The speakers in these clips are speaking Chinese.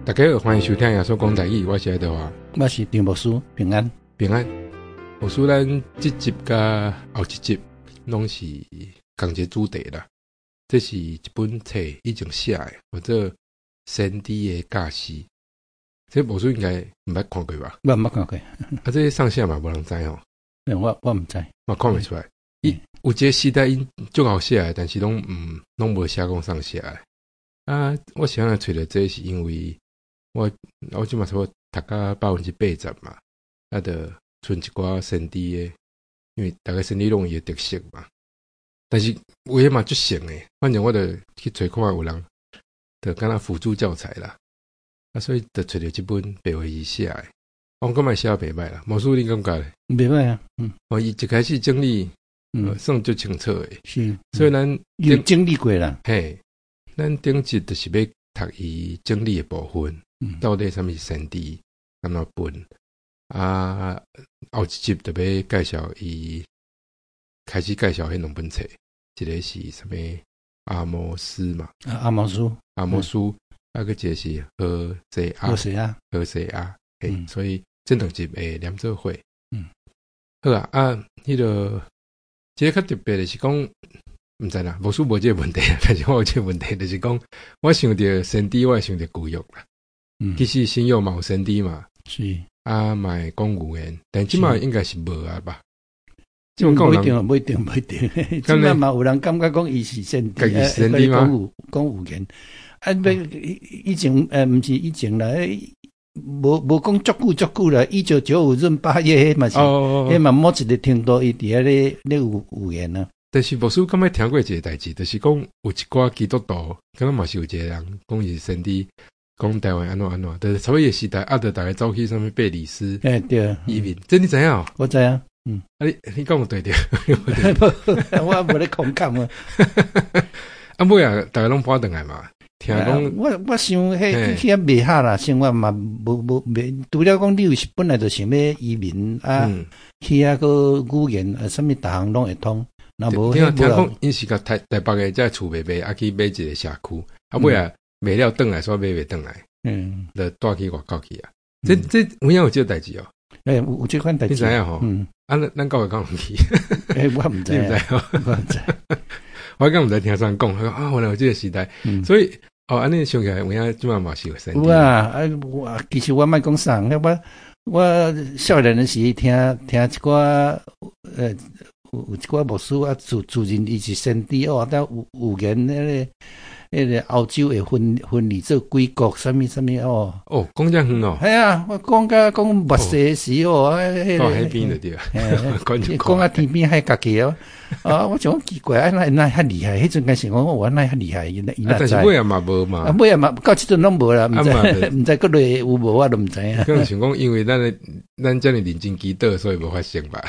大家好，欢迎收听耶稣讲台语，我是爱德华， 我是张牧师，平安平安。牧师咱这集甲后一集拢是同一个主题啦。这是一本册已经写的，或者先知的教示。这牧师应该毋捌看过吧？ 我毋捌看过。 这上下嘛无人知吼。 我毋知， 嘛看袂出来。有一个时代因足好写的，但是拢无写讲上下来。我想要找到这是因为我即嘛差不多读到80%嘛，就剩一寡先知的，因为大概先知拢有特色嘛。但是有诶嘛足像诶，反正我就去找看有人，就敢若辅助教材啦。所以就找到这本白话字写诶，我感觉写袂歹啦。魔术你感觉咧？ 袂歹啊， 伊一开始整理，算足清楚诶。 是， 所以咱有整理过啦。 嘿，咱顶集就是要读伊整理诶部分。到底什么是先知？安怎分？后一集特别介绍伊开始介绍迄两本册，一个是什么阿摩斯嘛？ 阿摩斯， 一个是何西阿，所以这两集会连做伙。好啊，迄个这个较特别的是讲，毋知啦，无数无这个问题，但是我有这个问题，就是讲，我想着先知，我想着旧约啦。其实新约嘛有先知嘛， 是嘛会讲语言，但即嘛应该是无啊吧？ 不一定。即嘛嘛有人感觉讲伊是先知， 先知吗？ 讲语言，以前毋是以前啦，无讲足久啦，1995闰8月迄嘛是，迄嘛某一个程度伊伫遐咧有语言啊。 但是牧师敢捌听过一个代志，就是讲有一寡基督徒，敢若嘛是有一个人讲伊是先知。讲台湾安怎，就是差不多个时代，就大家走去上面贝里斯， 对， 移民，这你知影哦？ 我知啊， 你讲有对着， 我无咧空讲啊。 尾啊，大家拢搬转来嘛，听讲， 我想迄袂合啦，生活嘛无，除了讲你有本来就想要移民去个语言什么大项拢会通，那无听讲因是个台北个在厝卖，去买一个社区，尾啊。卖了转来，煞买袂转来，就带去外口去啊！这有影有这个代志哦。 有这款代志， 你知影吼？咱教会讲去。 我毋知，我毋知。 我刚毋知听人讲，原来有这个时代，所以安尼想起来，有影即满嘛是有先知。 有啊，其实我莫讲啥，我少年的时听一寡有一寡牧师自认伊是先知哦，但有言迄个欧洲会分离做几国，什么哦。 讲遮远哦。 系啊，我讲末世时哦， 到海边就对啊。 讲啊天边海角去哦。我就奇怪，那遐厉害，迄阵开始我那遐厉害， 但是尾啊嘛无嘛。 尾啊嘛到即阵拢无啦，毋知个类有无我都毋知影。 可能想讲，因为咱遮尔认真祈祷，所以无发生吧。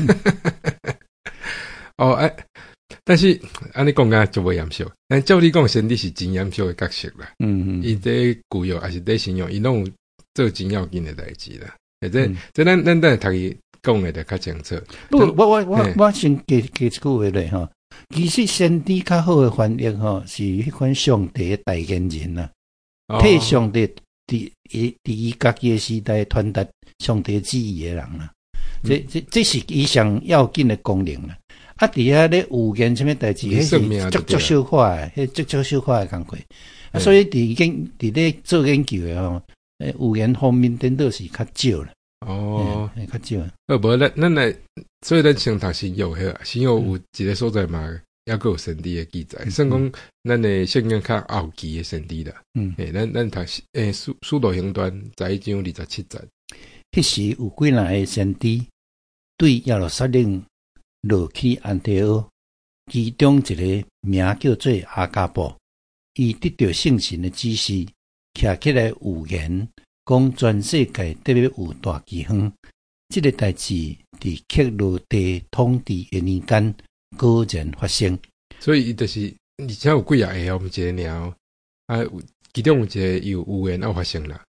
但是安尼讲啊，就无严肃。但照你讲，先知是真严肃的角色啦。伊在旧约还是在新约，伊拢有做真要紧的代志啦。这咱等读伊讲的就较清楚。 不，我先加一句话咧吼。其实先知较好的翻译吼，是迄款上帝的代言人啦，替上帝伫伊家己的时代传达上帝旨意的人啦。这是伊上要紧的功能啦。伫遐咧有言什么代志，迄是足小化诶，迄足小化诶工课。所以伫咧做研究诶吼，有言方面顶多是较少啦。较少。 无咱来，所以咱先读新约迄新约有一个所在嘛，抑个有先知诶记载。算讲咱诶圣经较后期诶先知啦。咱读使徒行传11章27节。 迄时有几若个先知对耶路撒冷落去安提阿，其中一个名叫做阿加布，伊得到圣神的指示，徛起来预言，讲全世界特别有大饥荒。这个代志伫克罗地统治的年间果然发生。所以伊就是而且有几啊个，毋一个尔其中有一个有言发生啦。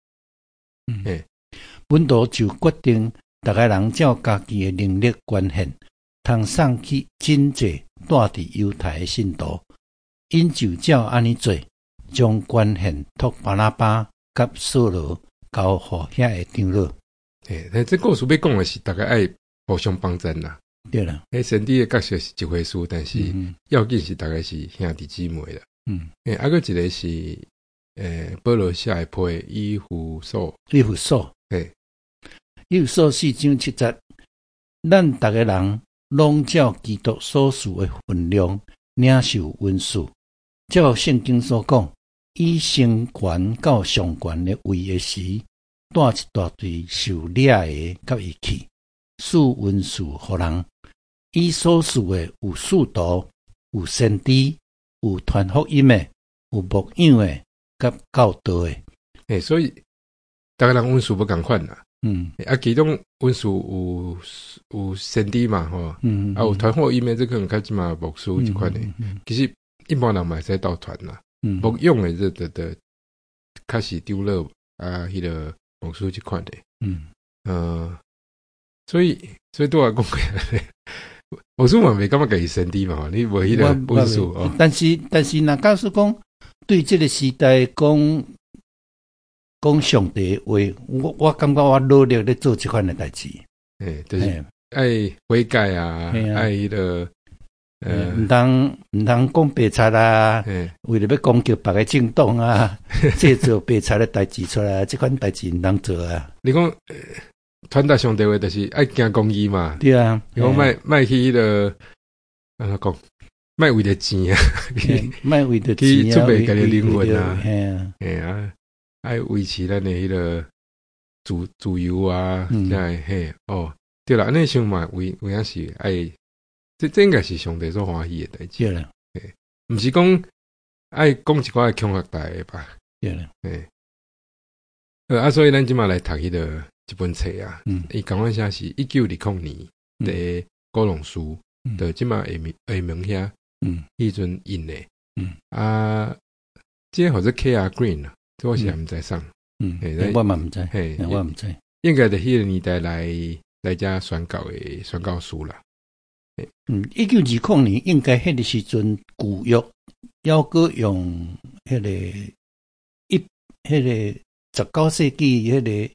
本土就决定，大家人照家己的能力捐献。通送去真济带伫犹太的信徒，因就照安尼做，将捐献托巴拿巴甲扫罗交互遐个长老。 但这故事要讲的是，大家爱互相帮衬啦。 对啦， 神帝的角色是一回事，但是要紧是大概是兄弟姊妹啦。还有一个是保罗写的批以弗所， 以弗所4章7节，咱逐个人拢照基督所属的分量领受恩赐，照圣经所讲，以升权到上权的位的时，带一大堆受掠的甲伊去，赐恩赐互人。伊所属的有使徒，有先知，有传福音的，有牧养的，甲教导的。 所以大家人恩赐不共款啦。其中恩赐有先知嘛，吼，有传福音的，这可能较即嘛牧师一款的。其实一般人嘛会使斗传啦。牧养的这较是长老迄个牧师一款的。所以对我讲过来。牧师嘛袂感觉家己先知嘛，你无迄个本事哦。 但是若假使讲对这个时代讲上帝话，我感觉我努力咧做这款的代志。 就是爱悔改啊，爱迄个毋通讲白贼啦，为了要攻击别个政党啊，制造白贼的代志出来，这款代志毋通做啊。 你讲传达上帝话，就是爱行公义嘛。 对啊， 你讲卖去迄个讲卖为了钱啊， 卖为了钱去出卖家己灵魂啊，爱维持咱的迄个自由啊，对啦，安尼想嘛，为影是爱，这应该是上帝所欢喜的代志。 对啦， 毋是讲爱讲一寡强学大的吧？ 对啦，所以咱即马来读迄个一本册啊，伊讲阮写是1920年的古龙书，的即马下面遐，迄阵印的，即或者 K.R. Green 啊，这我是还毋知上， 我嘛毋知，我毋知， 应该在迄个年代来遮宣告的宣告书啦。 1920年应该迄个时阵旧约犹阁用迄个19世纪迄个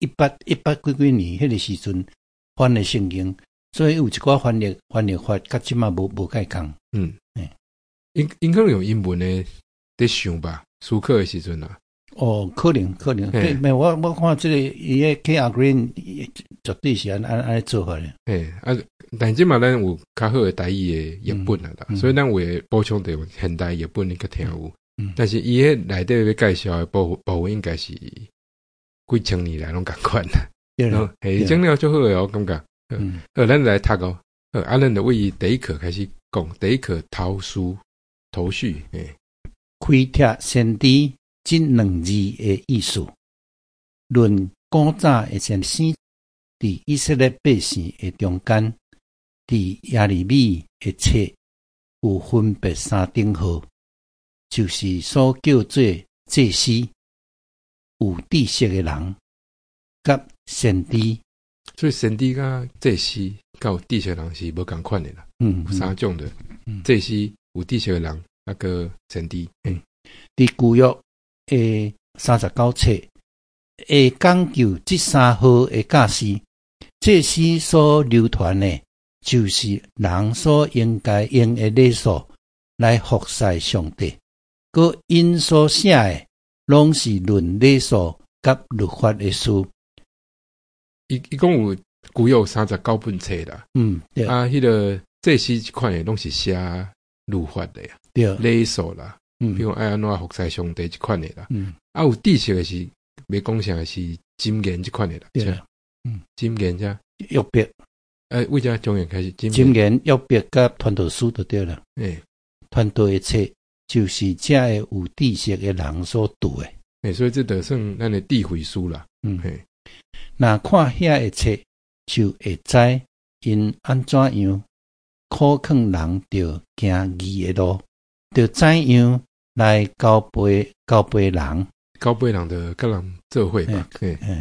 18几年迄个时阵翻的圣经，所以有一寡翻译法甲即嘛无介共。 因可能用英文的在想吧，思考的时阵啊。 可能，我看这个伊个 K.R. Green 绝对是安做法的。 但即嘛咱有较好的台语的译本啦，所以咱会补充着用现代译本去听有。但是伊迄内底要介绍的部分应该是几千年来拢共款啦。讲了就好诶，我感觉。咱来读哦。咱就为第一课开始讲，第一课头绪。 开帖先知这2字的意思，论古早的先生，伫以色列百姓的中间，伫耶利米的册有分别3等号，就是所叫做祭司、有知识的人，甲先知。 所以先知甲祭司甲有知识的人是无共款的啦。有3种的，祭司、有知识的人，那个先知。 伫旧约的39册会讲究这3号的教示，祭司所流传的，就是人所应该用的礼数来服侍上帝，佮因所写的，拢是论礼数甲律法的书。 伊讲有旧约39本册啦。对。迄个祭司这款的拢是写律法的呀，对，礼数啦。比如爱安怎服侍上帝这款的啦，有知识的是袂讲啥是箴言这款的啦，对，箴言遮约别， 为遮从开始箴言约别甲传道书就对了，传道的册就是遮的有知识的人所读的， 所以这就算咱的智慧书啦， 那看遐的册就会知因安怎样苦劝人着行义的路，着怎样来交陪人， 交陪人的甲人做伙吧。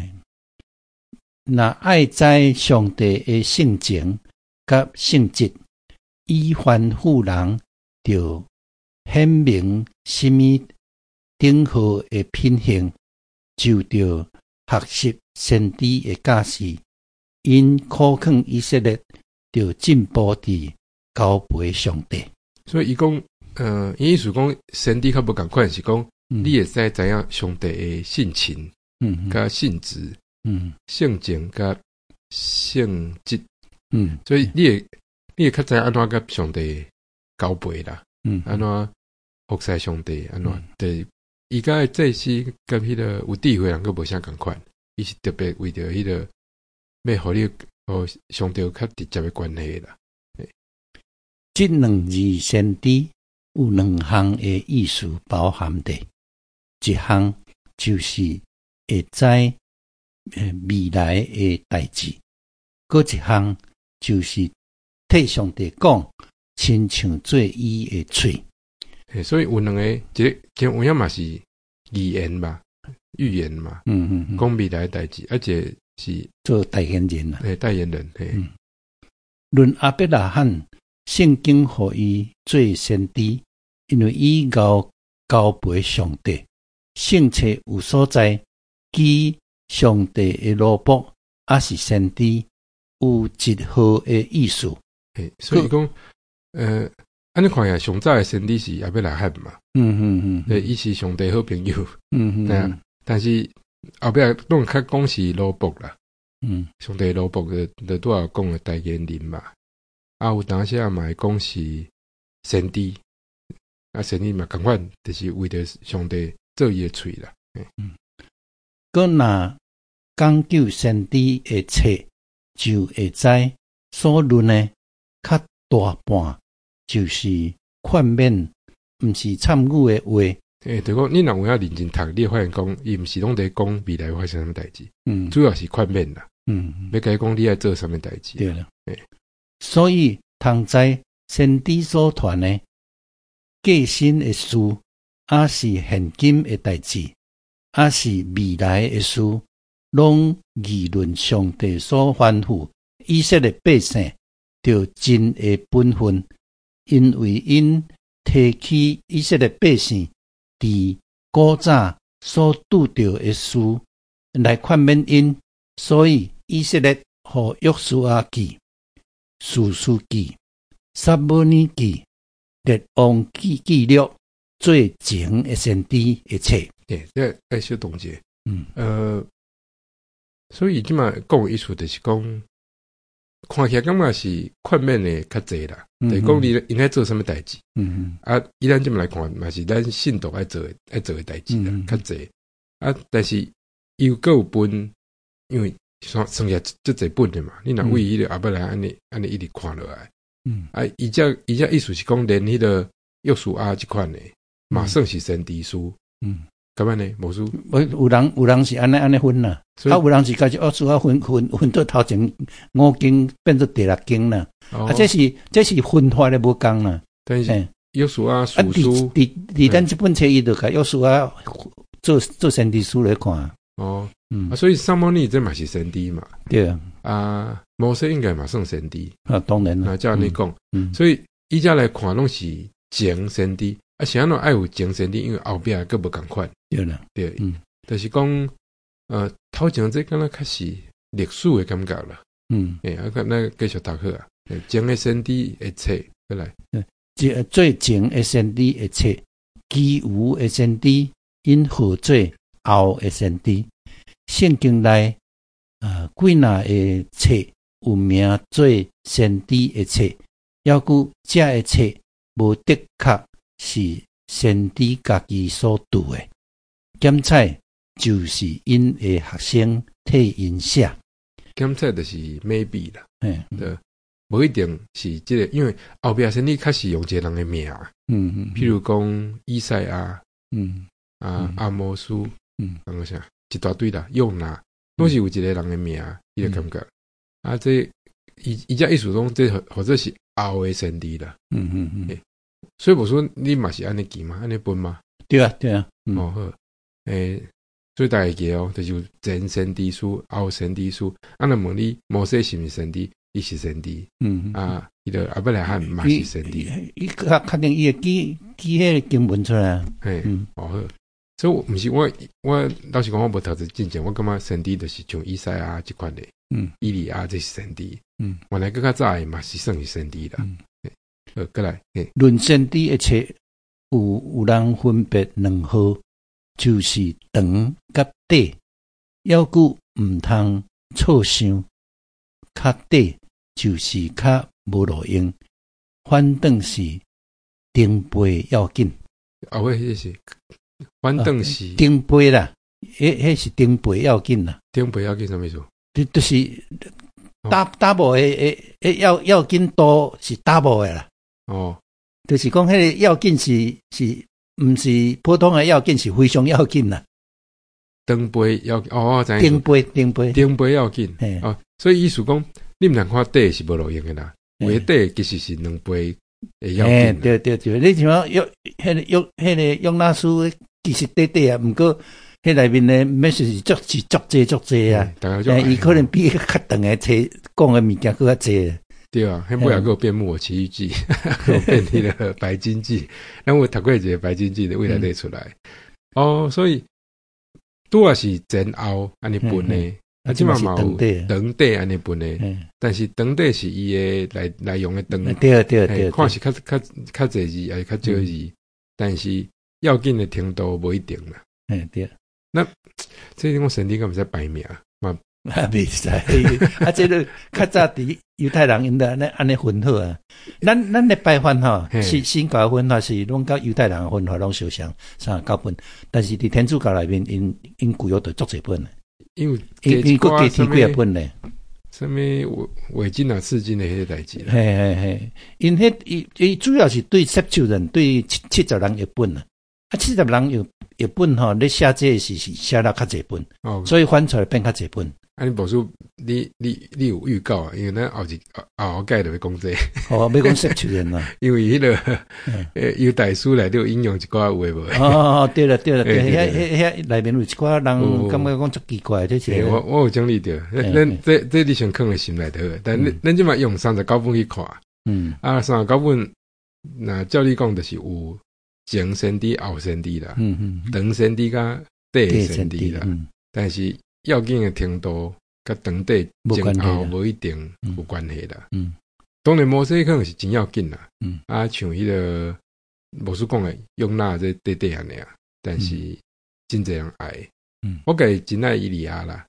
那爱知上帝的性情甲性质，以凡妇人就显明什么顶好的品行， 就着学习先知的教示，因苦劝以色列着进步伫交陪上帝。 所以伊讲，意思讲先知较无共款是讲，你会使知影上帝的性情，甲性质，性情甲性质，所以你会较知安怎甲上帝交陪啦，安怎服侍上帝，安怎对。伊甲这是甲迄个有智慧人佫无啥共款，伊是特别为着迄个要互你上帝有较直接的关系啦。 即两字先知有两项的意思包含的，一项就是会知未来的代志，搁一项就是替上帝讲，亲像做伊的喙。 所以有两个，有影嘛是语言嘛，预言嘛，讲未来的代志，而且是做代言人啦， 代言人。 论亚伯拉罕，圣经互伊做先知，因为伊交陪上帝，圣册有所在，记上帝的罗卜，也是先知，有一号的意思。 所以讲，安尼看下，上早的先知是亚伯拉罕嘛，伊是上帝好朋友，但是后壁拢较讲是罗卜啦，上帝罗卜就拄仔讲的代言人嘛，有当时嘛会讲是先知，先知嘛共款，就是为着上帝做伊的喙啦。 搁若讲究先知的册，就会知所论的较大半。就是劝勉，毋是参语的话。 就讲你若有认真读，你会发现讲，伊毋是拢在讲未来会发生什么代志，主要是劝勉啦。要甲伊讲你爱做什么代志。 对了，所以通知先知所传的过身的事，也是现今的代志，也是未来的事，拢议论上帝所吩咐以色列百姓着尽的本分。因为因提起以色列百姓伫古早所拄着的事来劝勉因，所以以色列互约书亚记、士师记、撒母耳记、列王记录最前的先知的册。 这小总结。所以即嘛讲的意思就是讲。看起来感觉是劝勉的较济啦，就是讲你应该做什么代志，以咱这么来看，嘛是咱信徒爱做的代志啦，较济但是又够有本，因为算起来这济本的嘛，你若为迄个亚伯拉罕安尼一直看落来，伊这意思是讲连迄个约书亚这款的，马上是先知书，咁样呢？无输， 有人是安尼分啦，有人是家己约书亚分到头前5经变做第6经啦，这是分法的无共啦。 但是约书亚书， 伫咱这本册伊就甲约书亚做先知书来看。 所以撒母耳这嘛是先知嘛， 对摩西应该嘛算先知当然啦， 照你讲，所以伊遮来看拢是前先知。是安怎爱有前先知，因为后壁佫无共款。 对啦， 对，就是讲，头前这敢若较是历史的感觉啦。那继续读好啊。前的先知的册，过来。 最前的先知的册，其余的先知因合做后的先知。圣经内几若的册有名做先知的册，要顾这的册无的确。是先知家己所读的，检采就是因的学生替因写， 检采就是 maybe 啦，对，无一定是这个，因为后壁先知开始用这个人的名，譬如讲以赛亚，阿摩斯，讲啥一大堆啦，用啦，拢是有一个人的名，伊个感觉，这伊这意思中，这或者是后的先知啦，所以我说你嘛是安尼记嘛，安尼分嘛？ 对啊。 好，最大个就是前先知书、后先知书。那问你，摩西是毋是先知？伊是先知。伊个亚伯拉罕嘛是先知。 伊确定伊会记迄个经文出来。 好。 所以我不是我老实讲，我无投资进前，我感觉神帝就是像以赛亚这款的，以利亚这是神帝，原来更较早嘛是算是神帝啦。过来， 论神帝一切有人分别两号，就是长甲短，要顾毋通错想，较短就是较无路用，反正是顶杯要紧。 喂，迄是反正是顶杯啦，迄是顶杯要紧啦。 顶杯要紧什么意思？ 就是double 诶要紧多是 double 诶啦。就是讲迄个要紧是毋是普通诶要紧，是非常要紧啦。 顶杯要顶杯要紧所以意思讲，你毋通看短是无路用诶啦，为短其实是两杯会要紧。 对，你像迄个用那书其实短短啊，毋过迄内面诶 message 足济啊，伊可能比较长诶讲诶物件更较济。 对啊，迄尾也有变木偶奇遇记，变迄个白金记，咱有读过一个白金记的未来列出来。所以拄啊是前后安尼分的，即嘛嘛有长短安尼分的，但是长短是伊的来用的长。 对， 看是较侪字还是较少字，但是要紧的程度无一定啦。 对。 那这种神帝敢毋使排名嘛？ 袂使这个较早伫犹太人因的安尼分好啊。咱的排法吼，是新教分法是拢甲犹太人分法拢相像39分，但是伫天主教内面因具有着足侪本， 因为佫加添几啊本咧。 什么伪经啊、次经的迄个代志啦。 因迄伊主要是对70人、对70人一本啊。70人一本吼，你写这是写了较侪本，所以翻出来变较侪本。 你无说你有预告啊？因为咱后盖就要讲这要讲70人啊。 因为迄个犹太书内底有引用一寡有诶无？对了，遐内面有一寡人感觉讲足奇怪，这是。 我有整理着，咱这你先放在心内头，但咱即嘛用39本去看，39本那照你讲就是有前神帝、后神帝啦，长神帝甲短神帝啦，但是要紧的程度甲长短前后无一定有关系啦。当然摩西可能是真要紧啦，像迄个无所讲的用那这短安尼啊，但是真侪人爱，我个真爱以利亚啦，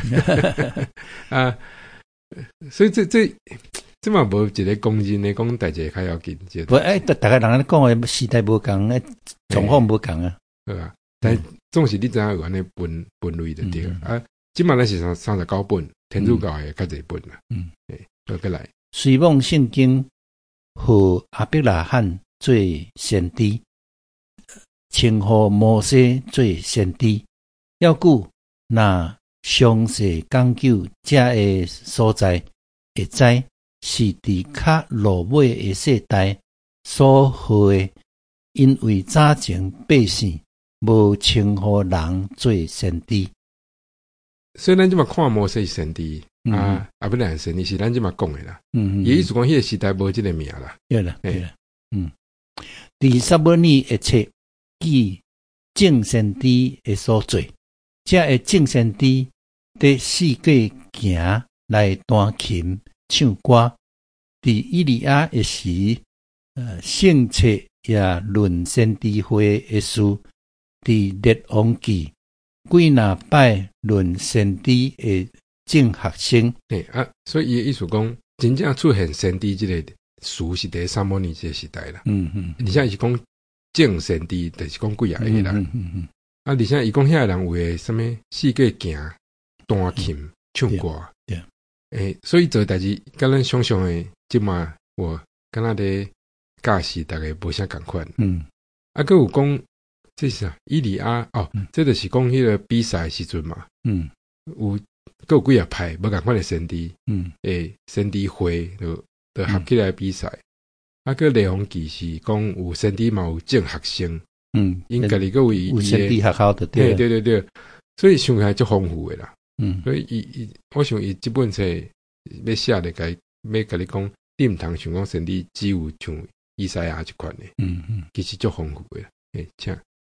所以这嘛无一个公认的讲大家较要紧， 不大家人讲的时代无共，状况无共啊， 对啊，但总是你知影有安尼分类的对即嘛咱是39本，天主教的较侪本啦。过来， 随望圣经和亚伯拉罕做先知，称呼摩西做先知，要久那详细讲究这个所在，会知是伫较落尾的世代所好的，因为早前百姓无称呼人做先知。 所以咱即嘛看摩西神帝不然神帝是咱即嘛讲的啦。意思讲迄个时代无即个名啦。 对啦。伫撒母耳一册记正先知的所做，这个正先知伫世界行来弹琴唱歌，伫以利亚的时，圣册也论先知会的事，伫列王记几若摆论先知的正学生。 所以伊意思讲，真正出现先知这个事是伫撒母耳这个时代啦。而且是讲正先知，就是讲几啊个啦。而且伊讲遐人有诶什么世界行、弹琴、唱歌。所以做代志，甲咱想象诶，即嘛我敢若咧教示大家无啥共款。佫有讲。这是以利亚这就是讲迄个比赛时阵嘛，有有几啊派无共款的先知，先知会就合起来比赛，个内容记是讲有先知嘛有正学生，因家己个有先知学校的对，所以想起来足丰富的啦，所以我想伊这本册要写的要甲你讲，你毋通想讲先知只有像以赛亚这款的，其实足丰富的，请。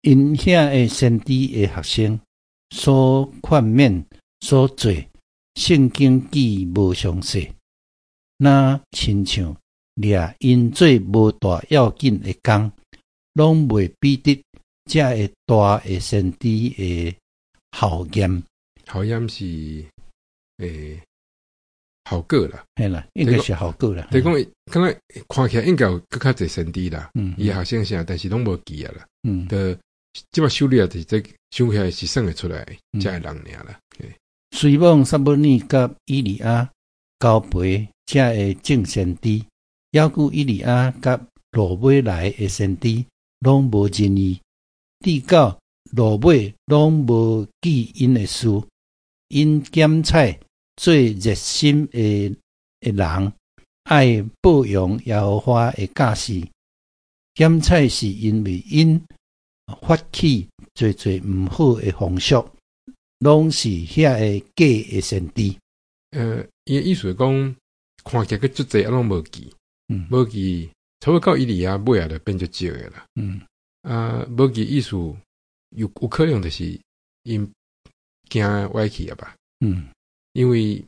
因遐诶先知诶学生所劝勉所做，圣经记无详细，那亲像掠因做无大要紧诶工，拢袂比得遮会大诶先知诶考验。 考验是好过啦， 系啦，应该是好过啦。 就讲，刚才看起来应该有更较侪先知啦，伊学生啥，但是拢无记啊啦。的即摆修理啊，是这想起来是算会出来，遮个人尔啦。 随望撒母耳甲以利亚交陪遮个正先知，犹顾以利亚甲罗尾来诶先知，拢无仁义，直到罗尾拢无记因诶事，因检采做热心诶人，爱保养耶和华诶教示。检采是因为因发起做毋好诶风俗，拢是遐个假诶先知。 伊意思讲，看起来足济，拢无记，无记，差不多到以利亚尾啊，就变足少诶啦。无记意思有可能就是因惊歪去啊吧。因为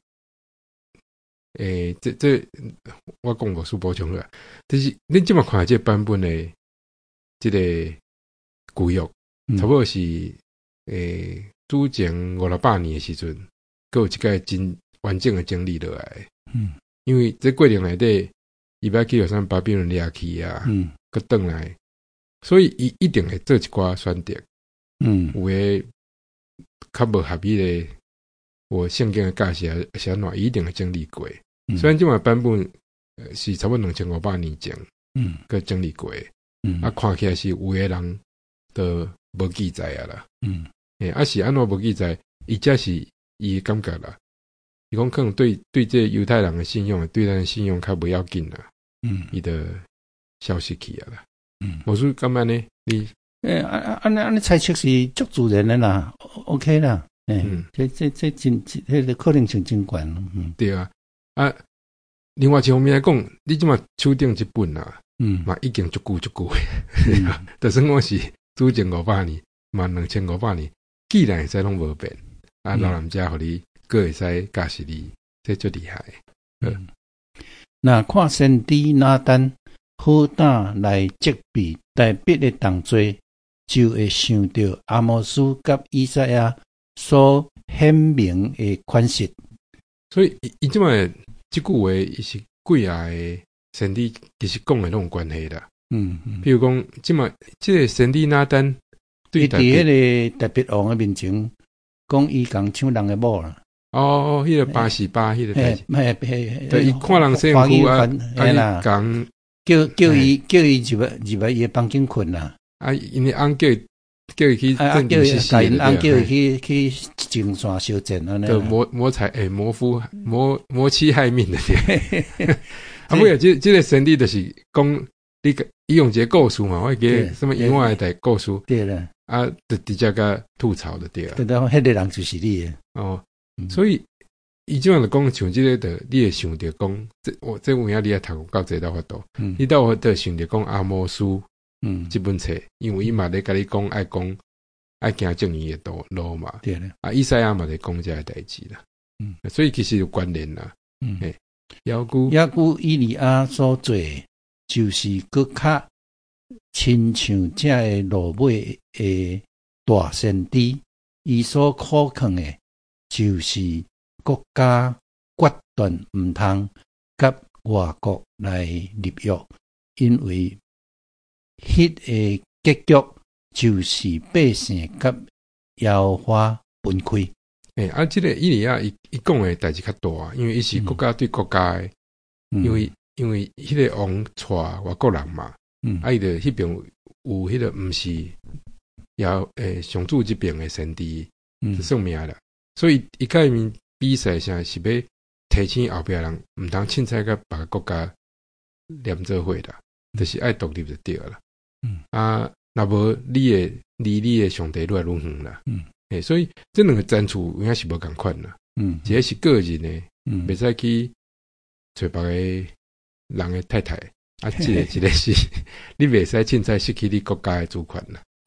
这我讲无输补充了，但是你即马看这版本的这个旧约，差不多是主前500年的时阵，佮有一个真完整的整理落来。因为这过程内底，伊要去上巴比伦掠去啊，佮转来，所以伊一定会做一寡选择。有诶较无合理的。我圣经的教示是安怎一定会整理过，虽然即码版本是差不多2500年前，佮整理过，看起来是有诶人都无记载啊啦，是安怎无记载？伊则是伊感觉啦，伊讲可能对这犹太人的信用，对咱的信用较不要紧啦，伊的消息去啊啦，无说感觉呢？你安尼猜测是足自然的啦 ，OK 啦。这真，迄个可能性真悬。 对啊。另外一方面来讲，你即马手顶这本啊，嘛已经足久诶，就算我是主前500年，嘛2500年，既然会使拢无变，老人家互你个会使教示你，这足厉害。 那看先知拿单好胆来责备代笔的动作，就会想到阿摩斯甲以赛亚所显明的款式， 所以伊即摆即句话，伊是几下的先知其实讲的那种关系啦。比如讲，即摆即个先知拿单对伫迄个特别王的面前，讲伊共抢人的某啦。 迄个848，迄个代志，对，伊看人辛苦啊，讲叫伊入来伊的房间困啦。 因为翁叫伊去正经洗洗， 叫伊去净山修正安尼， 就谋财谋妻害命的对。不过这个神理就是讲，伊用一个故事嘛，我记得什么另外的故事， 对啦， 就直接甲吐槽的对啦。 对，迄个人就是你的所以伊即样就讲像这个的，你会想着讲，这有影你也读到这道法度，你到我就想着讲阿摩斯。这本册，因为伊嘛咧甲你讲爱行正义的路嘛， 对咧。 以赛亚嘛咧讲这个代志啦，所以其实有关联啦。犹顾以利亚所做，就是搁较亲像这个罗尾的大先知，伊所可抗的，就是国家决断毋通甲外国来立约，因为迄个结局就是百姓甲耶和华分开。 这个以利亚伊讲的代志较大，因为伊是国家对国家的，因为迄个王带外国人嘛，伊就迄边有迄个毋是上主这边的先知，就算命啦，所以伊甲伊面比赛啥是要提醒后壁人毋通凊彩甲别个国家连做伙啦，就是爱独立就对啦。若无你的离你的上帝愈来愈远啦。所以这两个战处应该是无共款啦。一个是个人的，袂使去找别个人的太太，一个是你袂使凊彩失去你国家的主权啦。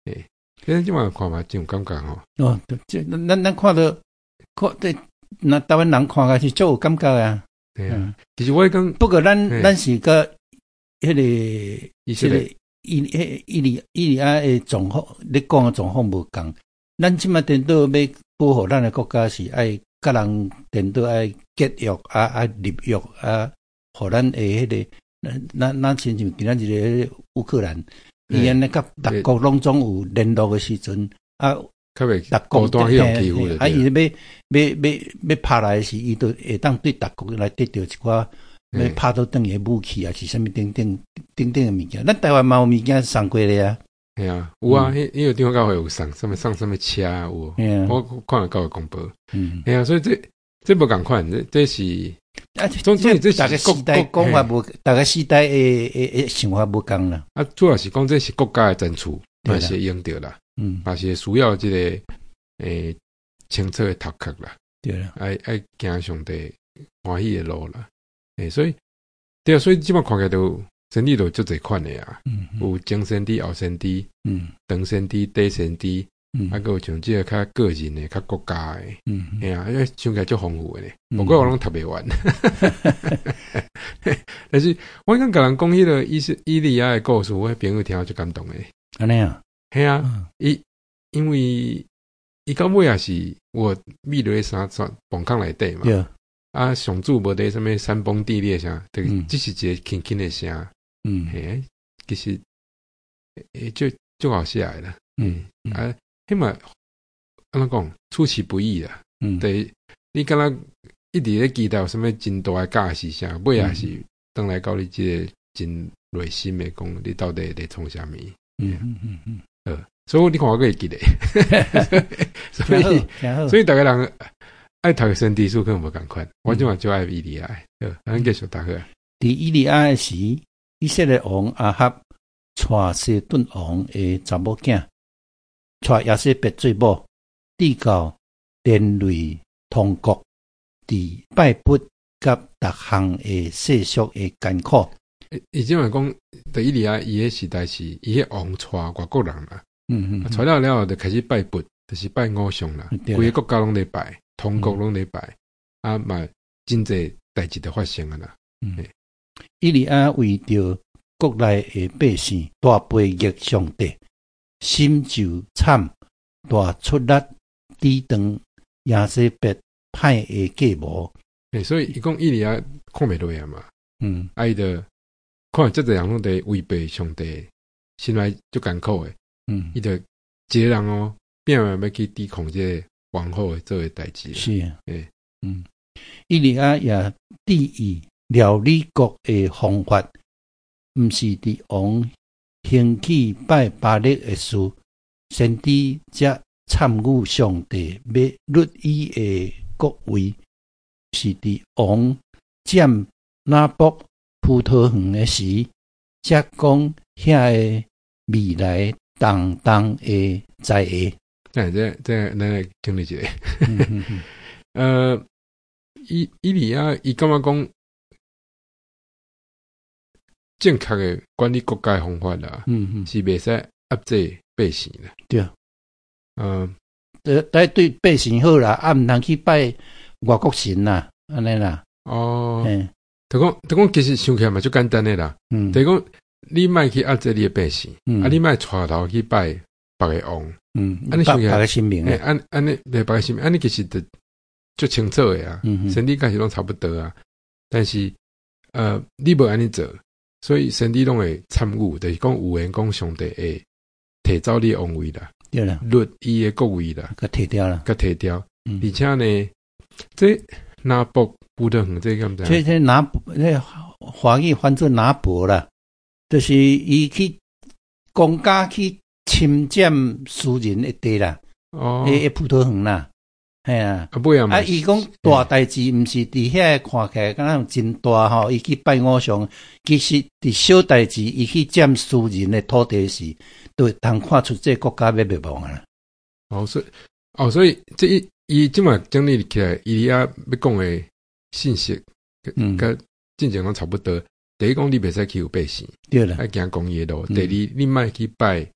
即晚看嘛，真有感觉吼。 哦，这咱看到对，那台湾人看下是足有感觉啊。 对啊，其实我讲， 不过咱是个迄个伊利亚的状况，你讲的状况无共。咱即马颠倒要保护咱的国家是爱甲人颠倒爱结约立约互咱的迄个，咱亲像今仔日个乌克兰，伊安尼甲各国拢总有联络的时阵较袂高端迄种欺负的。 伊要拍来是，伊就会当对各国来得到一寡要拍到等于武器是啥物等等的物件。咱台湾嘛有物件送过咧啊。 系啊，有啊，因为地方教会有送什么车有，我看了教会公布。系啊，所以这无共款，这是总之这大家时代讲法无，大家时代的想法无共啦。 主要是讲这是国家的争取，嘛是用着啦，嘛是需要这个清澈的头壳啦， 对啦， 爱行上帝欢喜的路啦。所以对啊，所以基本看起来都。先帝都足侪款的啊，有前先帝、后先帝，长先帝、短先帝，还有像这个较个人的、较国家的，哎呀，想起来足丰富的咧。不过我拢读袂完，但是我刚甲人讲迄个伊利亚的故事，我朋友听了就感动诶。 安尼啊， 系啊，因为伊到尾也是我秘落三崩坑内底嘛，上主无得什么山崩地裂声，只是一个轻轻的声。其实就好写来了。起码安怎讲，出其不意啦。对，你敢若一直咧期待有什么真大的假事啥，尾也是当来到你这个真内心的讲，你到底在创啥物？所以你看我个会记得，所以大家人爱读圣经书可能无共款，我今晚就爱伊利亚。咱继续读个。 伫伊利亚的时。以色列王亞哈帶西頓王的查某囝，帶亞西別做某，遞到連累通國，佇拜佛甲逐項的世俗的艱苦。 伊即嘛講，在伊利亞伊個時代是伊個王帶外國人啦，帶了後就開始拜佛，就是拜偶像啦，規個國家攏咧拜，通國攏咧拜，嘛真濟代志就發生啊啦。 伊利亞為着國內的百姓大背逆上帝，心就慘，大出力抵擋亞西別歹的計謀。 所以伊講伊利亞看袂落啊嘛，伊就看這個人攏在違背上帝，心內就艱苦的，伊就一個人拼命要去抵抗這個王后的做的代志。 是啊，伊利亞也提議料理國的方法，毋是佇王興起拜巴力的事，先知則參與上帝要律伊的國位，是佇王佔拿卜葡萄園的時，則講遐個未來當的在下。 這咱來經歷一下。伊利亞伊感覺講正確的管理國家的方法啦，是袂使壓制百姓啦。 對啊，對百姓好啦，毋通去拜外國神啦，安尼啦。 就講其實想起來嘛，就簡單的啦。就講你莫去壓制你的百姓，你莫帶頭去拜別個王。安尼想起來，別個神明安尼別個神明，安尼其實就清楚的啊，神理解是攏差不多啊。但是你無安尼做，所以神理攏會參與，就是講有人講上帝會提走你的王位啦， 對啦， 律伊的國位啦， 甲提掉啦， 甲提掉。而且呢，這拿卜葡萄園這個咁樣， 這拿華語翻做拿卜啦，就是伊去公家去侵占私人的地啦，葡萄園啦。係啊，伊講大代志，毋是佇遐看起來敢若真大吼，伊去拜偶像，其實佇小代志，伊去佔私人的土地時，都會通看出這個國家要滅亡啊！ 所以這伊即馬整理起來，伊要講的信息，甲進前攏差不多。第一講你袂使欺負百姓，對啦，愛行公義的路。第二，你莫去拜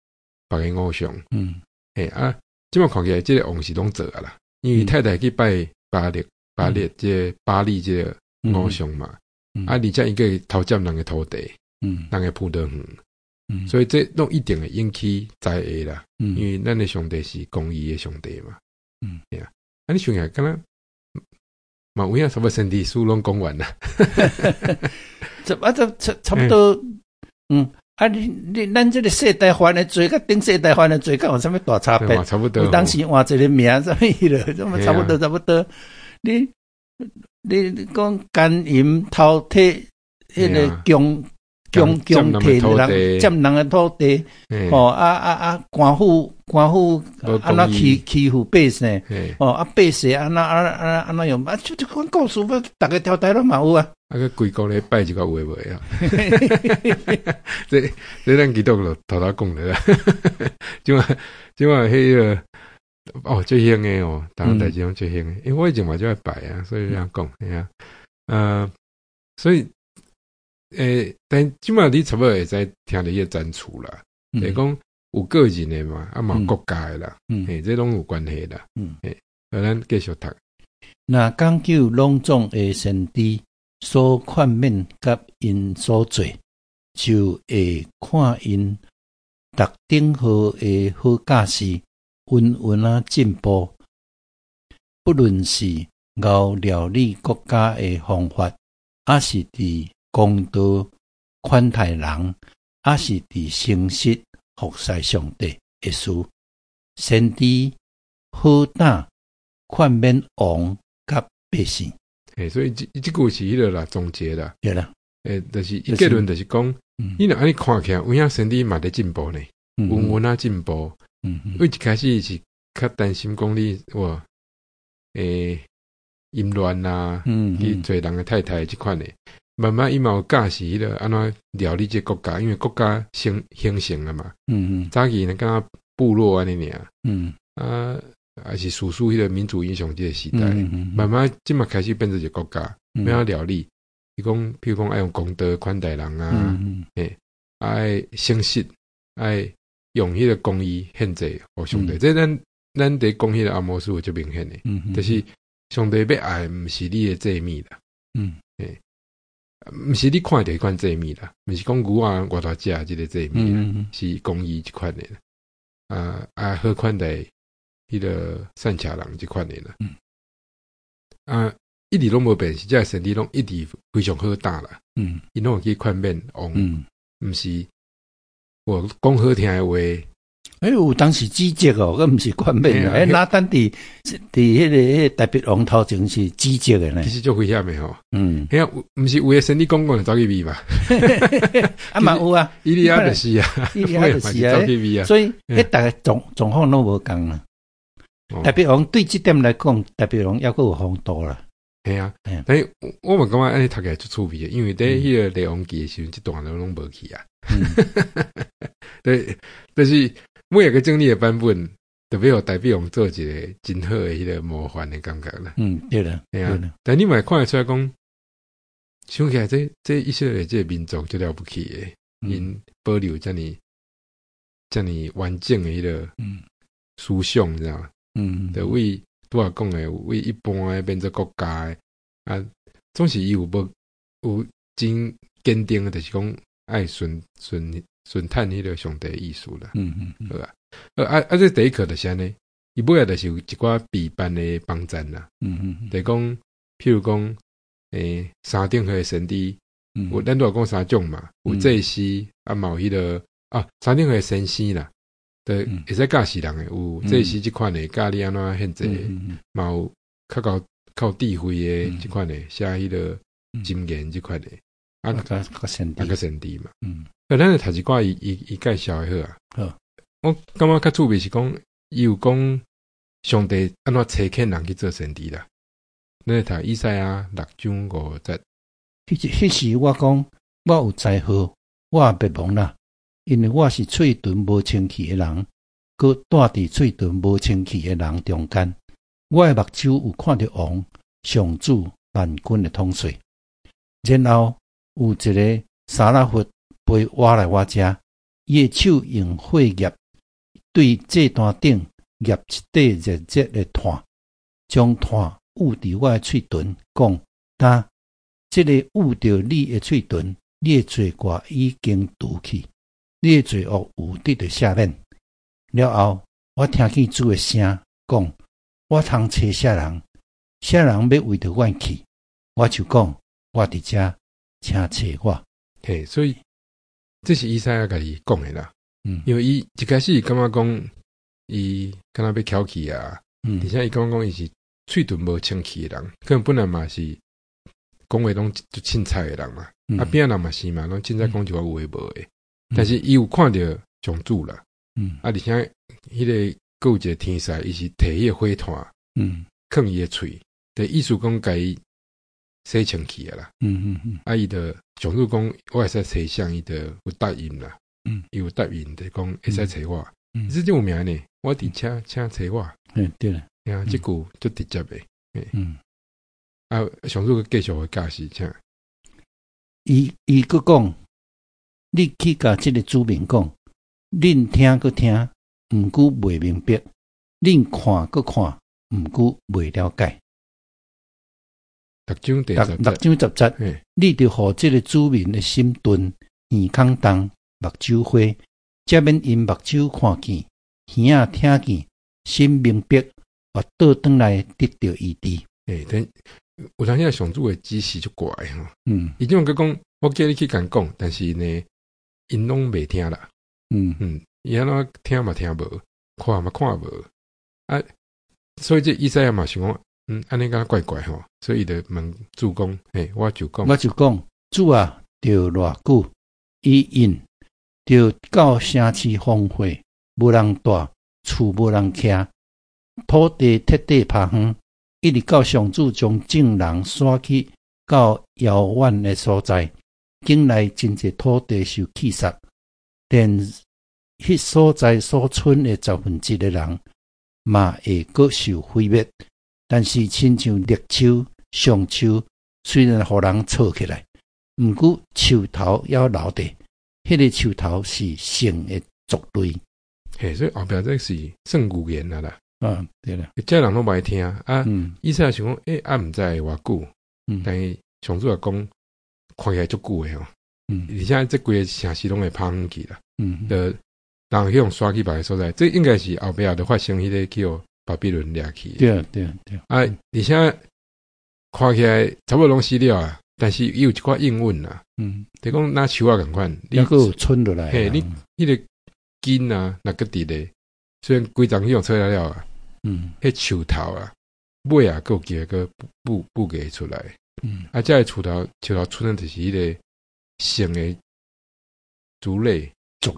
别个偶像。即摆看起来即个王是拢做啊啦，因为太太去拜巴力即巴力即个偶像嘛，而且伊个偷占人个土地，人个葡萄园，所以这拢一定会引起灾厄啦。因为咱的上帝是公义的上帝嘛。你想下，敢若嘛有影差不多身体书拢讲完啦。 这差不多，你咱这个世代犯的罪，甲顶世代犯的罪，敢有啥物大差别？ 差不多。 有当时换一个名，啥物了，这么差不多。你讲奸淫偷摕，迄个强摕人占人的土地，官府安怎欺负百姓，百姓安怎样，就款故事，大家条台拢嘛有啊。 个规国咧拜一个有诶无啊？这咱基督徒头讲的啦。即嘛迄个最兴诶台湾代志拢最兴诶，因为我以前嘛就爱拜啊，所以这样讲所以但即嘛你差不多会使听到迄个赞助啦，就是讲有个人诶嘛，嘛有国家诶啦，这拢有关系啦。咱继续读。 那讲究隆重诶先知所劝勉甲因所做，就会看因逐顶好诶好教示，稳进步。不论是熬料理国家诶方法，还是伫公道款待人，还是伫诚实服侍上帝诶事，先知好胆劝勉王甲百姓。 所以这句是迄个啦，总结啦， 对啦， 就是结论就是讲，你若安尼看起来，有影身体嘛在进步呢，稳进步。因为一开始是较担心讲你淫乱啦，去做人的太太即款的，慢慢伊嘛有教示迄个安怎料理这国家，因为国家形成了嘛。早期呢，敢部落安尼尔，还是属迄个民主英雄这个时代，慢慢即嘛开始变成一个国家，要料理。伊讲，譬如讲爱用公道款待人啊，爱诚实，爱用迄个公义献祭互上帝。这咱伫讲迄个阿摩斯有足明显的，就是上帝要爱，毋是你的祭物啦，毋是你看到迄款祭物啦，毋是讲牛啊偌大只即个祭物啦，是公义即款的啦，好款待。迄个善巧人即款的啦，一直拢无变，是这身体拢一直非常好打啦，伊拢会去劝勉王，毋是我讲好听的话。 有当时指责佮毋是劝勉啊，那等伫迄个大鼻王头前是指责的呢。 其实足危险的吼，毋是有诶身体讲走去味嘛， 嘛有啊， 伊利亚就是啊， 伊利亚就是啊，所以大家状况拢无共啊。大鼻王对这点来讲，大鼻王还佫有风度啦。 系啊，但是我嘛感觉安尼读起来足趣味的，因为伫迄个列王记的时阵，这段拢无去啊。对，但是每一个整理的版本，特别有大鼻王做一个真好的迄个模范的感觉啦。 对啦， 系啊。但你嘛看得出来讲，想起来这以色列这个民族最了不起的，因保留这么完整的迄个思想，你知道吗？就为拄仔讲诶，为一般诶变做国家诶总是伊有真坚定诶，就是讲爱顺探迄个上帝意思啦。好啊。这第一课就是安尼，伊尾仔就是有一寡必办诶帮赞啦。就是讲，譬如讲，三顶岁神帝，有咱都讲三种嘛，有祭司嘛有迄个三顶岁神仙啦。会使教示人诶，有这是即款诶，教你安怎献祭，嘛有较智慧诶即款诶，写迄个箴言即款诶， 个神帝嘛。咱来读一寡伊介绍诶好啊。我感觉较趣味是讲，伊有讲上帝安怎差遣人去做神帝啦。咱来读以赛亚6章5节。 迄时我讲，我有才好，我也别忘啦。因为我是喙唇无清气的人，佮住伫喙唇无清气的人中间，我的目睭有看到王上主万军的统帅。然后有一个沙拉佛被挖来我遮，伊的手用火焰对祭坛顶捏一块热热的炭，将炭捂伫我的喙唇，讲：呾，这个捂着你的喙唇，你的罪过已经除去，你的罪恶有得到赦免。了后，我听见主的声讲：我通找啥人？啥人要为着我去？我就讲：我伫遮，请找我。 嘿，所以这是以赛亚家己讲的啦。因为伊一开始感觉讲，伊敢若要翘起啊，而且伊感觉讲伊是喙唇无清气的人，可能本来嘛是讲话拢就凊彩的人嘛，边仔人嘛是嘛，拢凊彩讲一寡有诶无诶。但是伊有看到上主啦，而且迄个还有一个天使，伊是摕迄个火炭，囥伊诶喙，的意思讲甲伊洗清气啊啦。伊的上主讲，我会使找向伊的有答应啦。伊有答应的讲会使找我，这就有名呢。我伫车请找我， 对了， 这句就直接的。上主继续会解释，请伊佫讲，你去甲即个主民讲，恁听佫听，毋过袂明白；恁看佫看，毋过袂了解。 六章 10节，你着互即个主民的心顿，耳孔动。目睭花，才免因目睭看见，耳仔听见，心明白，或倒转来得到医治。 但有当时上主的指示就怪吼。伊种佮讲，我叫你去甲讲，但是呢，因拢袂听啦。伊安怎听嘛听无，看嘛看无。所以这以赛亚嘛想讲，安尼敢怪怪吼。所以伊就问主讲，我就讲， 主啊，着偌久，伊因。着到城市荒废，无人住，厝无人徛，土地彻底趴荒，一直到上主将众人刷去到遥远的所在，境内真侪土地受气杀，连迄所在所存的1/10的人，嘛会阁受毁灭。但是亲像绿树、橡树，虽然互人错起来，毋过树头要留地。迄个树头是圣的族类， 所以后壁这是算预言啦。 对啦， 这人拢袂听以赛亚想讲，毋知偌久，但是上主也讲，看起来足久的吼。而且这规个城市拢会趴荒去啦。人去用刷去别个所在，这应该是后壁就发生迄个叫巴比伦掠去。 对。 而且看起来差不多拢死了啊。但是伊有一寡应允啦，就讲拿树啊共款， 抑佫有存落来。 你迄个根啊，若佫伫咧，虽然规丛去用吹了啊，迄树头啊，尾啊，佫有机会佫补给出来。这个树头存的就是迄个生的族类。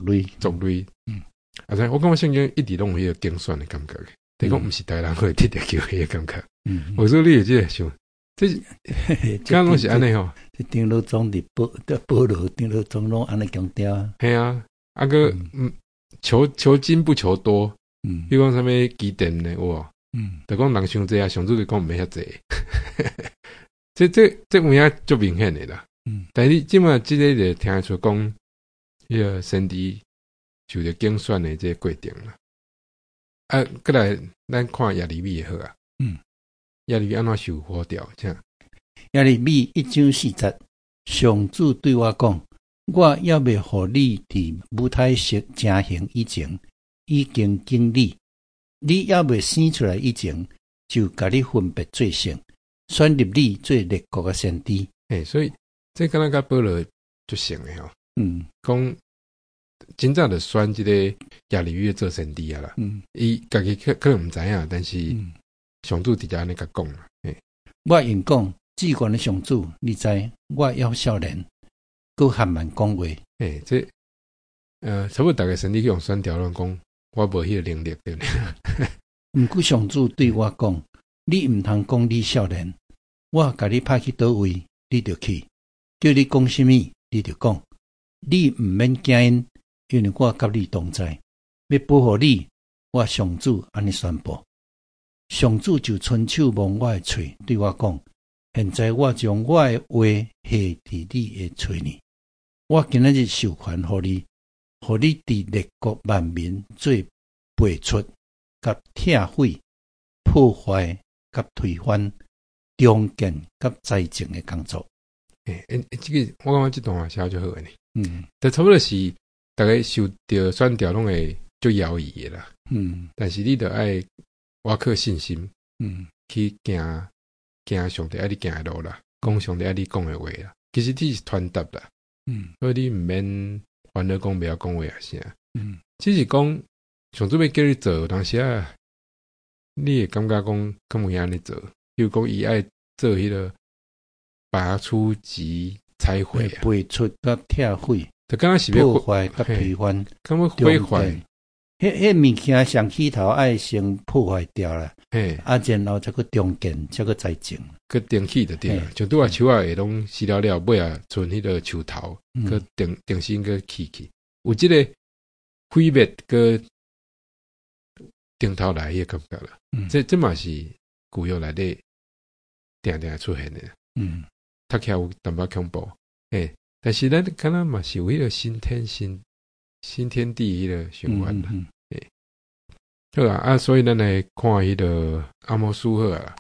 我感觉圣经一直拢有迄个竞选的感觉，就讲毋是大人会得到机会的感觉。我说你有即个想。这刚拢是安尼吼， 张老总伫保罗，张老总拢安尼强调啊。 系啊，个求精不求多，比如讲啥物基点呢？哇，就讲人伤济啊，上主就讲毋免遐济。这有影足明显的啦。但是你即马即个就听得出讲，迄个先知就着竞选的这个过程啦。过来咱看耶利米好啊。耶利米安怎受火掉？ 耶利米1章4节，上主对我讲：我也未互你伫舞台式成形以前，已经经历；你也未生出来以前，就甲你分别做圣，选入你做列国的先知。 所以这敢若甲保罗就像的吼。讲真正的选这个耶利米做先知啊啦。伊家己可能毋知影，但是。上主直接安尼甲讲啦， 我应讲，至关的上主，你知我要少年，佮含慢讲话。 这差不多大家身体去用选条论讲，我无迄个能力对不对？ 毋过上主对我讲，你毋通讲你少年，我甲你派去倒位，你就去；叫你讲什么，你就讲。你毋免惊因，因为我甲你同在，要保护你。我上主安尼宣布。上主就伸手摸我的喙，对我讲：现在我将我的话下伫你的喙里。我今仔日授权互你伫列国万民做背出、甲拆毁、破坏、甲推翻、重建、甲财政的工作。 这个我感觉这段话写就好呢。但差不多是大家受到选调拢会就摇移的啦。但是你得爱挖靠信心，去行上帝爱你行的路啦，讲上帝爱你讲的话啦。其实这是传达啦。所以你毋免烦恼讲不要讲话啊啥。只是讲上主要叫你做，有当时啊，你会感觉讲敢有安尼做？比如讲伊爱做迄个拔出及拆毁啊， 背出甲拆毁， 就刚刚是要破坏甲推翻， 敢要毁坏。 迄物件上起头爱先破坏掉啦，然后再去重建，再去再整， 去顶起就对啦。像拄啊树啊会拢死了了，尾啊剩迄个树头，去定新去起去，有即个毁灭去顶头来迄个感觉啦。这嘛是古约内底定定出现的。读起来有淡薄恐怖，但是咱敢若嘛是有迄个新天地迄个循环啦。好啊，所以咱来看迄个阿摩斯好啊。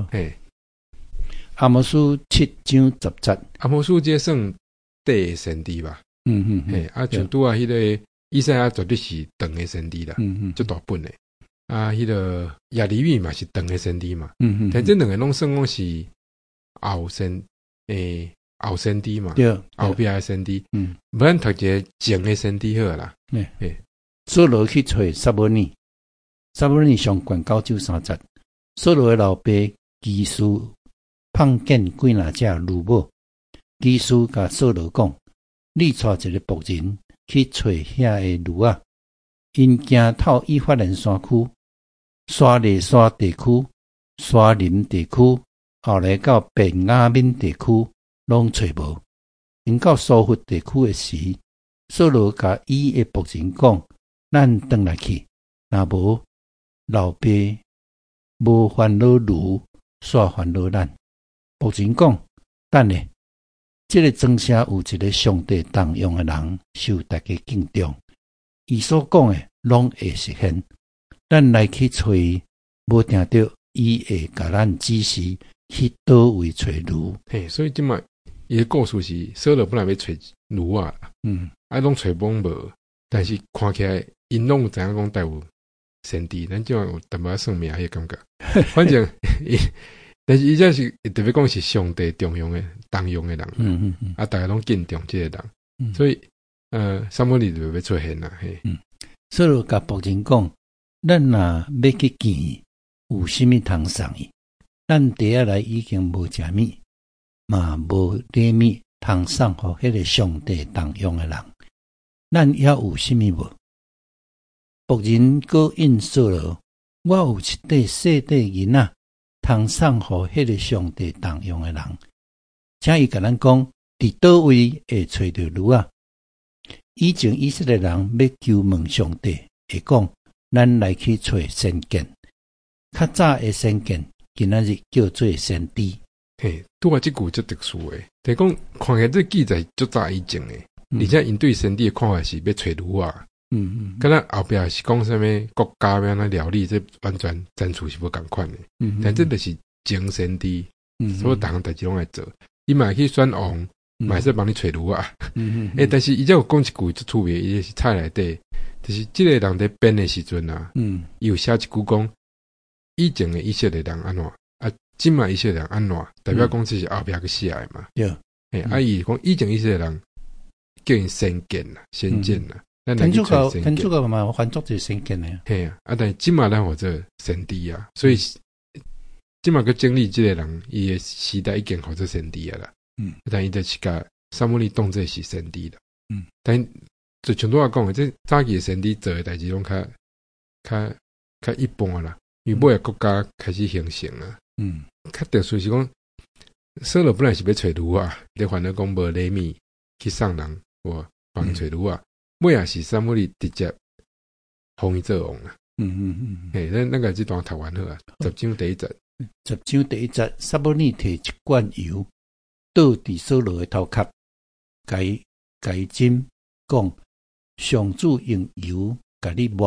阿摩斯7章10节， 阿摩斯这算第一先知吧？像拄啊，迄个以赛亚绝对是长的先知啦，最大本的。迄个亚利米嘛是长的先知嘛，但这两个拢算讲是后先知嘛，后壁的先知。不然读一个前的先知好啦。 扫罗去找撒母耳，撒母耳上卷9章3节，扫罗的老爸基述碰见几若只驴母，基述甲扫罗讲：你带一个仆人去找遐个驴啊，因行透以法莲山区、沙利沙地区、沙林地区，后来到便雅悯地区，拢找无。因到苏弗地区的时，扫罗甲伊的仆人讲：咱转来去，若无老爸无烦恼驴，煞烦恼咱。仆人讲：等下，这个庄舍有一个上帝重用的人，受大家敬重，伊所讲的拢会实现。咱来去找，无听到伊会甲咱指示去倒位找驴。 所以即卖伊的故事是扫罗本来要找驴啊，拢找无，但是看起来因拢有知影讲带有先知，咱即卖有淡薄算命迄感觉。反正但是伊这是特别讲是上帝重用的人，大家拢敬重这个人，所以撒母耳就要出现啦。 扫罗甲仆人讲：咱若要去见，有甚物通送伊？咱第一来已经无食米，嘛无礼物通送互迄个上帝重用的人，咱还有甚物无？仆人搁应扫罗：我有一块细块银仔，通送互迄个上帝重用的人，请伊甲咱讲，伫倒位会找着驴啊？以前以色列人要求问上帝，会讲：咱来去找先见。较早的先见，今仔日叫做先知。 拄啊，即句最特殊诶，就讲看起来这记载足早以前诶，而且因对先知的看法是要找驴啊。敢若后壁是讲啥物国家要安怎料理，这完全战术是无共款诶。但这就是前先知，所有大项代志拢来做。伊嘛去选王，嘛是帮你找驴啊。但是伊才有讲一句最趣味，伊是菜内底，就是即个人在编诶时阵啊，伊有写一句讲，以前诶以色列人安怎啊，今嘛以色列人安怎，代表讲这是后壁去写诶嘛。伊讲以前以色列人叫因先见啦，先见啦。 天主教嘛，还做者先见诶。 但是今嘛咱有做先知啊，所以今嘛个经历即个人，伊诶时代已经好做先知啊啦。但伊就是甲撒母耳当作是先知啦。但就像拄仔讲诶，这早期诶先知做诶代志拢较一般啦，因为尾诶国家开始形成啊。较特殊是讲，扫罗本来是要找驴啊，你烦恼讲无礼物去送人，我帮找驴啊。尾也是撒母耳直接封伊做王啦。咱个这段读完好啊。10章第1节 ，10章第1节，撒母耳摕一罐油倒伫扫罗的头壳，甲伊斟讲：上主用油甲你抹，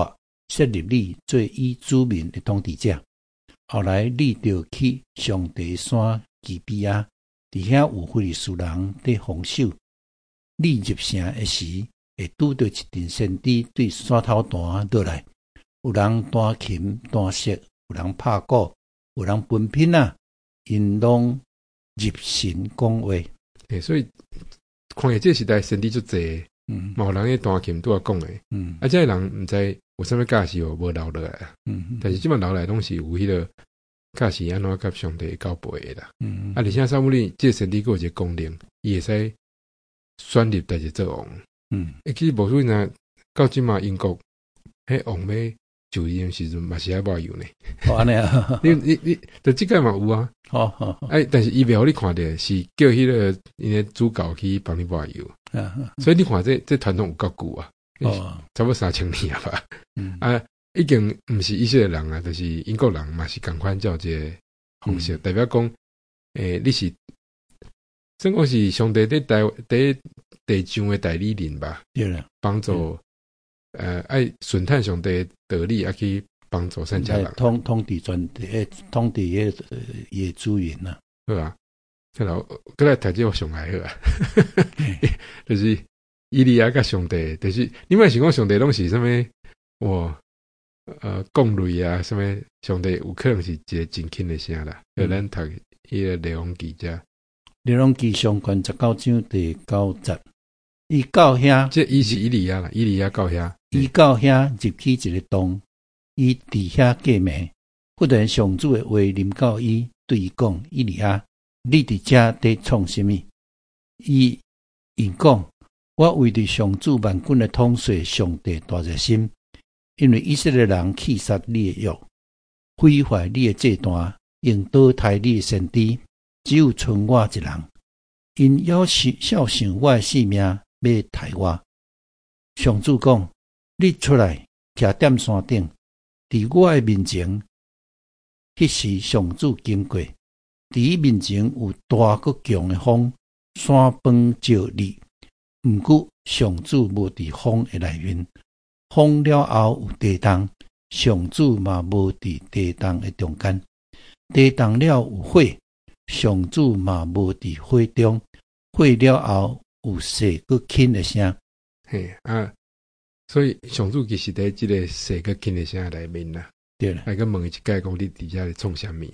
设立你做伊子民的统治者。后来你就去上帝山基比亚，伫遐有非利士人伫防守。你入城的时，会拄到一阵先知对山头弹落来，有人弹琴、弹瑟，有人拍鼓，有人分品啊，因拢入神讲话。 所以看下这时代先知足济，嘛有人咧弹琴拄我讲诶，这人毋知有啥物教示哦，无留落来，但是即摆留来拢是有迄个教示安怎甲上帝交陪诶啦，而且撒母耳这先知佫有一个功能，伊会使选立大家做王，其实无错呢，到即嘛英国，迄王要就任时阵嘛是爱抹油呢， 安尼啊， 你，就即个嘛有啊，但是伊袂互你看到，是叫迄个因诶主教去帮你抹油，所以你看这传统有够久啊，差不多3000年啊吧，已经毋是以色列人啊，就是英国人嘛是共款照这个方式，代表讲，你是，算讲是上帝伫地上的代理人吧， 对啦， 帮助爱顺探上帝的道理，啊去帮助善家人， 统治统治野主人呐， 好啊，过来读这我上来好啊，就是以利亚甲上帝，就是你莫想讲上帝拢是啥物，讲类啊，什么上帝有可能是一个真轻的声啦。咱读迄个列王记者， 列王记上卷19章第9节，伊到遐， 这伊是以利亚啦，以利亚到遐， 伊到遐入去一个洞，伊伫遐过暝，忽然上主的话临到伊，对伊讲：以利亚，你伫遮伫创什么？伊讲：我为着上主万军的统帅上帝大热心。因为以色列人弃杀你的约，毁坏你的祭坛，用倒杀你的先知，只有剩我一人。因要孝顺我的性命，要杀我。上主讲：你出来，徛踮山顶，伫我的面前。迄时上主经过，伫伊面前有大个强的风，山崩照你。毋过上主无伫风的内面。风了后有地动，上主嘛无伫地动的中间。地动了有火，上主嘛无伫火中。火了后有细个轻的声。 所以上主其实在这个细个轻的声内面啦。对啦，来个问一解讲你底下咧创啥物？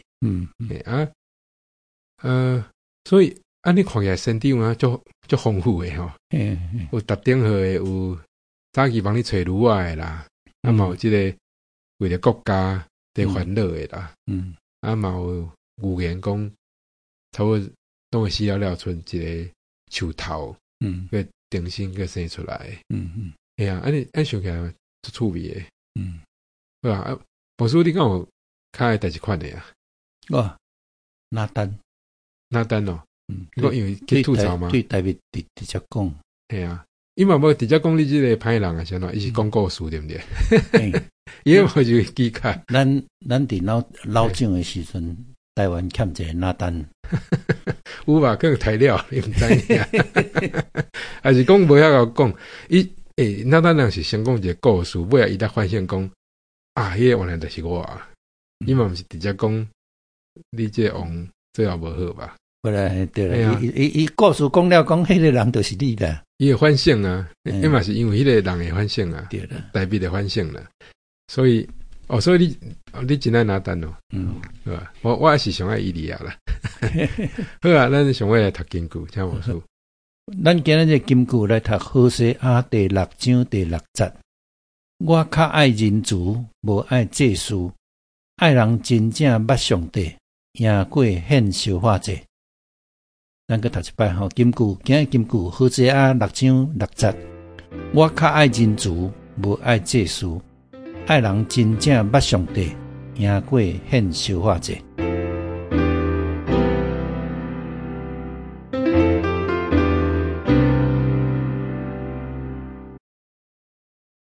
所以你看起来身体啊，足丰富的吼。有搭顶号的有。早期帮你找女仔的啦，嘛有即个为了国家在烦恼的啦，嘛有预言讲，差不多当个死了剩一个树头，个重新个生出来，你想起来足趣味的，好啊，博士你敢有较爱第一款的啊？ 拿单哦，你讲因为去吐槽吗？ 对台北直接讲， 系啊。伊嘛无直接讲你即个歹人啊，啥喏？伊是讲故事对毋对？伊无就记卡。 咱伫老蒋的时阵，台湾欠一个拿单， 有吧？可能材料你毋知影，还是讲无遐个讲？拿单人是先讲一个故事，尾仔伊才发现讲迄个原来就是我啊！伊嘛毋是直接讲你这个王最后无好吧？ 对啦，伊故事讲了，讲迄个人就是你啦。 伊会反省啊，伊嘛是因为迄个人会反省啊，代笔的反省啦，所以你真爱拿单哦，是吧？我也是上爱伊利亚啦，好啊，咱上尾来读金句，听无错。 咱今日这金句来读何西阿第6章第6节。我较爱人慈，无爱祭司，爱人真正捌上帝，赢过献烧化祭。咱个读一摆吼，金句，今日金句，何西阿6章6节。我较爱人慈，无爱祭司，爱人真正捌上帝，赢过献烧化祭。